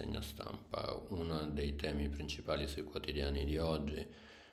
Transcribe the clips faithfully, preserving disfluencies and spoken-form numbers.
rassegna stampa. Uno dei temi principali sui quotidiani di oggi,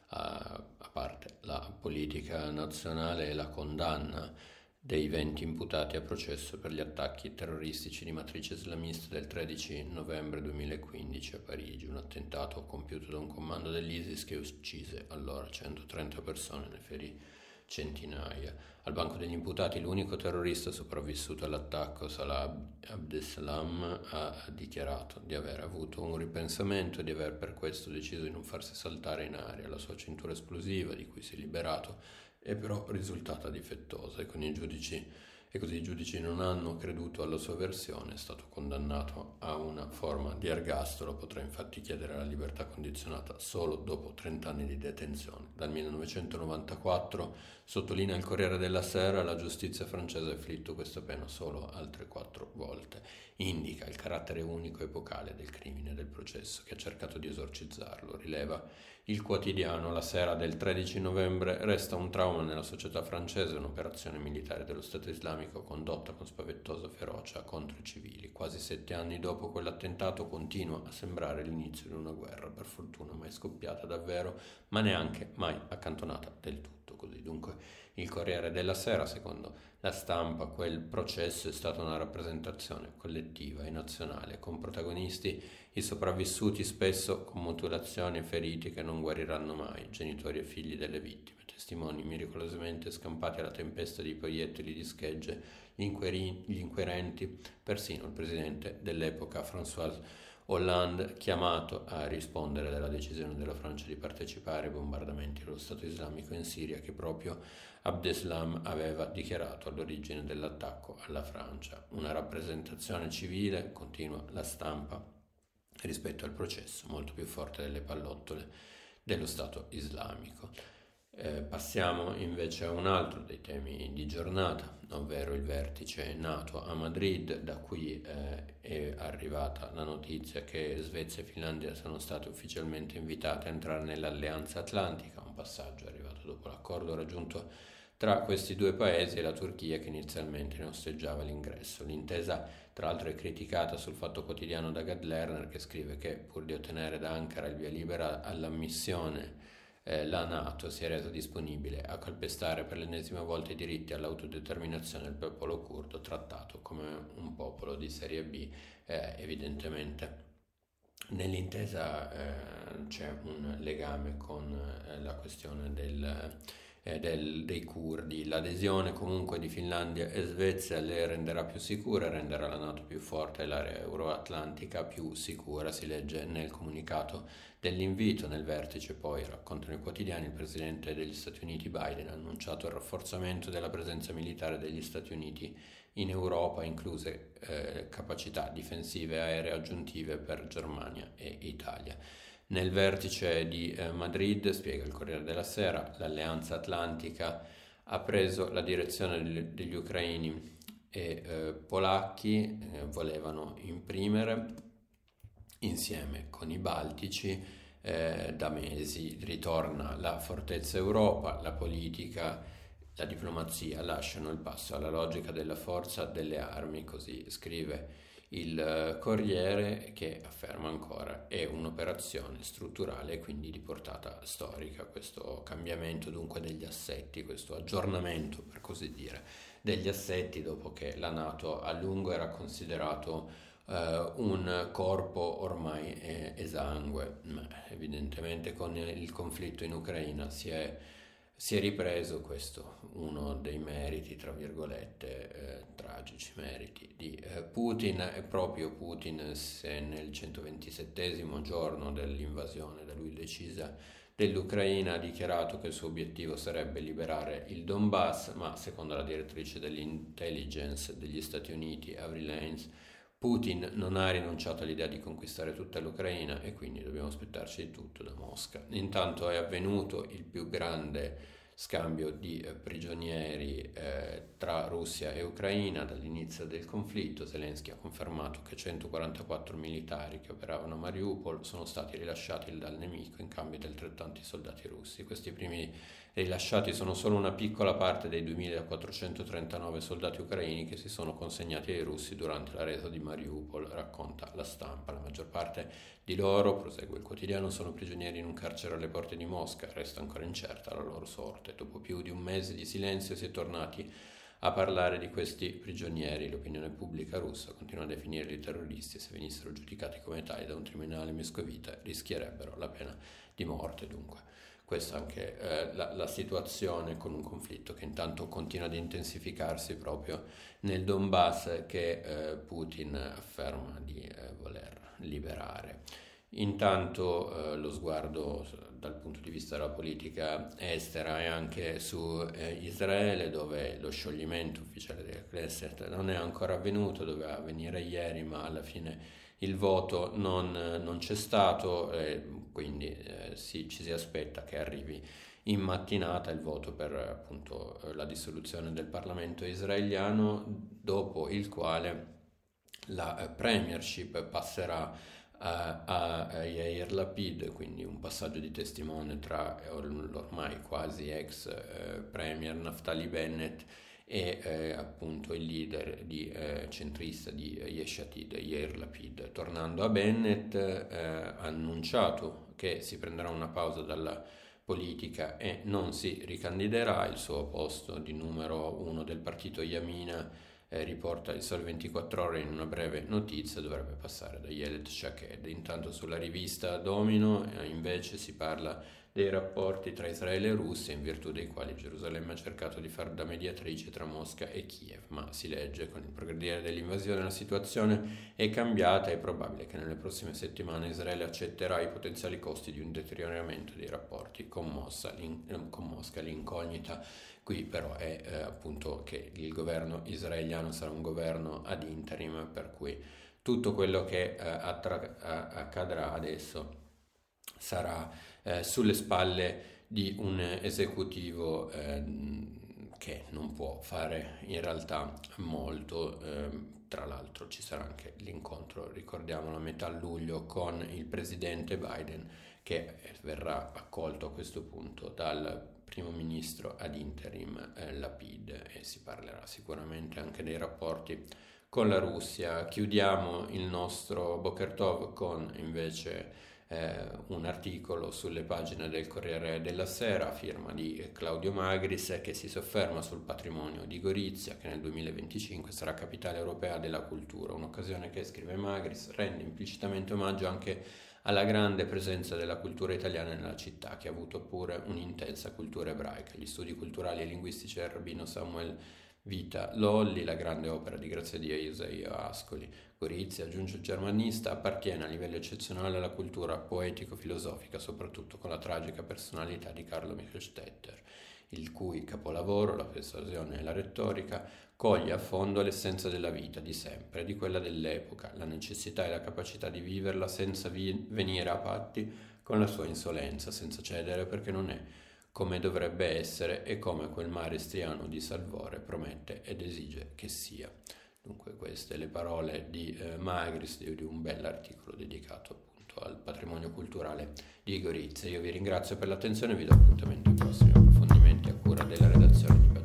a, a parte la politica nazionale, è la condanna dei venti imputati a processo per gli attacchi terroristici di matrice islamista del tredici novembre duemilaquindici a Parigi, un attentato compiuto da un comando dell'ISIS che uccise allora centotrenta persone e ne ferì centinaia. Al banco degli imputati l'unico terrorista sopravvissuto all'attacco, Salah Abdeslam, ha dichiarato di aver avuto un ripensamento e di aver per questo deciso di non farsi saltare in aria. La sua cintura esplosiva, di cui si è liberato, è però risultata difettosa e con i giudici e così i giudici non hanno creduto alla sua versione. È stato condannato a una forma di ergastolo, potrà infatti chiedere la libertà condizionata solo dopo trenta anni di detenzione. Dal millenovecentonovantaquattro, sottolinea il Corriere della Sera, la giustizia francese ha inflitto questa pena solo altre quattro volte. Indica il carattere unico e epocale del crimine del processo che ha cercato di esorcizzarlo. Rileva il quotidiano: la sera del tredici novembre resta un trauma nella società francese, un'operazione militare dello Stato islamico condotta con spaventosa ferocia contro i civili. Quasi sette anni dopo quell'attentato continua a sembrare l'inizio di una guerra, per fortuna mai scoppiata davvero, ma neanche mai accantonata del tutto. Così dunque il Corriere della Sera, secondo la Stampa, quel processo è stata una rappresentazione collettiva e nazionale, con protagonisti i sopravvissuti, spesso con mutilazioni e feriti che non guariranno mai, genitori e figli delle vittime, testimoni miracolosamente scampati alla tempesta di proiettili di schegge, gli, inqueri- gli inquirenti, persino il presidente dell'epoca François Hollande, chiamato a rispondere della decisione della Francia di partecipare ai bombardamenti dello Stato islamico in Siria, che proprio Abdeslam aveva dichiarato all'origine dell'attacco alla Francia. Una rappresentazione civile, continua la Stampa, rispetto al processo, molto più forte delle pallottole dello Stato islamico. Eh, passiamo invece a un altro dei temi di giornata, ovvero il vertice NATO a Madrid, da cui eh, è arrivata la notizia che Svezia e Finlandia sono state ufficialmente invitate a entrare nell'Alleanza Atlantica, un passaggio arrivato dopo l'accordo raggiunto tra questi due paesi e la Turchia, che inizialmente ne osteggiava l'ingresso. L'intesa tra l'altro è criticata sul Fatto Quotidiano da Gad Lerner, che scrive che pur di ottenere da Ankara il via libera all'ammissione, eh, la NATO si è resa disponibile a calpestare per l'ennesima volta i diritti all'autodeterminazione del popolo curdo, trattato come un popolo di serie B. Eh, evidentemente nell'intesa eh, c'è un legame con eh, la questione del eh, del, dei curdi. L'adesione comunque di Finlandia e Svezia le renderà più sicure, renderà la NATO più forte e l'area euroatlantica più sicura, si legge nel comunicato dell'invito. Nel vertice, poi, raccontano i quotidiani, il presidente degli Stati Uniti Biden ha annunciato il rafforzamento della presenza militare degli Stati Uniti in Europa, incluse eh, capacità difensive aeree aggiuntive per Germania e Italia. Nel vertice di eh, Madrid, spiega il Corriere della Sera, l'Alleanza Atlantica ha preso la direzione degli, degli ucraini e eh, polacchi, eh, volevano imprimere insieme con i baltici eh, da mesi. Ritorna la fortezza Europa, la politica, la diplomazia lasciano il passo alla logica della forza delle armi, così scrive il Corriere, che afferma ancora è un'operazione strutturale e quindi di portata storica. Questo cambiamento dunque degli assetti, questo aggiornamento per così dire degli assetti, dopo che la NATO a lungo era considerato eh, un corpo ormai eh, esangue, ma evidentemente con il conflitto in Ucraina si è Si è ripreso. Questo uno dei meriti, tra virgolette, eh, tragici meriti di eh, Putin. E proprio Putin, se nel centoventisettesimo giorno dell'invasione da lui decisa dell'Ucraina ha dichiarato che il suo obiettivo sarebbe liberare il Donbass, ma secondo la direttrice dell'intelligence degli Stati Uniti, Avril Haines, Putin non ha rinunciato all'idea di conquistare tutta l'Ucraina e quindi dobbiamo aspettarci di tutto da Mosca. Intanto è avvenuto il più grande scambio di eh, prigionieri eh, tra Russia e Ucraina dall'inizio del conflitto. Zelensky ha confermato che centoquarantaquattro militari che operavano a Mariupol sono stati rilasciati dal nemico in cambio di altrettanti soldati russi. Questi primi rilasciati sono solo una piccola parte dei duemilaquattrocentotrentanove soldati ucraini che si sono consegnati ai russi durante la resa di Mariupol, racconta la stampa. La maggior parte di loro, prosegue il quotidiano, sono prigionieri in un carcere alle porte di Mosca, resta ancora incerta la loro sorte. Dopo più di un mese di silenzio si è tornati a parlare di questi prigionieri. L'opinione pubblica russa continua a definirli terroristi e se venissero giudicati come tali da un tribunale moscovita rischierebbero la pena di morte. Dunque questa è anche eh, la, la situazione, con un conflitto che intanto continua ad intensificarsi proprio nel Donbass, che eh, Putin afferma di eh, voler liberare. Intanto eh, lo sguardo dal punto di vista della politica estera è anche su eh, Israele, dove lo scioglimento ufficiale della Knesset non è ancora avvenuto, doveva avvenire ieri, ma alla fine il voto non, non c'è stato, eh, quindi eh, sì, ci si aspetta che arrivi in mattinata il voto per appunto la dissoluzione del Parlamento israeliano, dopo il quale la eh, premiership passerà a, a, a Yair Lapid, quindi un passaggio di testimone tra l'ormai quasi ex eh, premier Naftali Bennett e eh, appunto il leader di, eh, centrista di Yesh Atid, Yair Lapid. Tornando a Bennett, eh, ha annunciato che si prenderà una pausa dalla politica e non si ricandiderà. Il suo posto di numero uno del partito Yamina, eh, riporta il Sole ventiquattro Ore in una breve notizia, dovrebbe passare da Ayelet Shaked. Intanto sulla rivista Domino eh, invece si parla dei rapporti tra Israele e Russia, in virtù dei quali Gerusalemme ha cercato di fare da mediatrice tra Mosca e Kiev, ma si legge: con il progredire dell'invasione la situazione è cambiata, è probabile che nelle prossime settimane Israele accetterà i potenziali costi di un deterioramento dei rapporti con Mosca. Con Mosca. L'incognita qui però è eh, appunto che il governo israeliano sarà un governo ad interim, per cui tutto quello che eh, attra- accadrà adesso sarà Eh, sulle spalle di un esecutivo eh, che non può fare in realtà molto. Eh, tra l'altro ci sarà anche l'incontro, ricordiamolo, a metà luglio con il presidente Biden, che verrà accolto a questo punto dal primo ministro ad interim eh, Lapid, e si parlerà sicuramente anche dei rapporti con la Russia. Chiudiamo il nostro Boker Tov con invece Eh, un articolo sulle pagine del Corriere della Sera a firma di Claudio Magris, che si sofferma sul patrimonio di Gorizia, che nel duemilaventicinque sarà capitale europea della cultura, un'occasione che, scrive Magris, rende implicitamente omaggio anche alla grande presenza della cultura italiana nella città, che ha avuto pure un'intensa cultura ebraica. Gli studi culturali e linguistici del rabbino Samuel Vita Lolli, la grande opera di Grazia Dio Isaia Ascoli. Gorizia, aggiunge il germanista, appartiene a livello eccezionale alla cultura poetico-filosofica, soprattutto con la tragica personalità di Carlo Michelstetter, il cui capolavoro, la persuasione e la retorica, coglie a fondo l'essenza della vita di sempre, di quella dell'epoca, la necessità e la capacità di viverla senza vi- venire a patti con la sua insolenza, senza cedere, perché non è come dovrebbe essere e come quel mare striano di Salvore promette ed esige che sia. Dunque queste le parole di eh, Magris, di, di un bell'articolo dedicato appunto al patrimonio culturale di Gorizia. Io vi ringrazio per l'attenzione e vi do appuntamento ai prossimi approfondimenti a cura della redazione di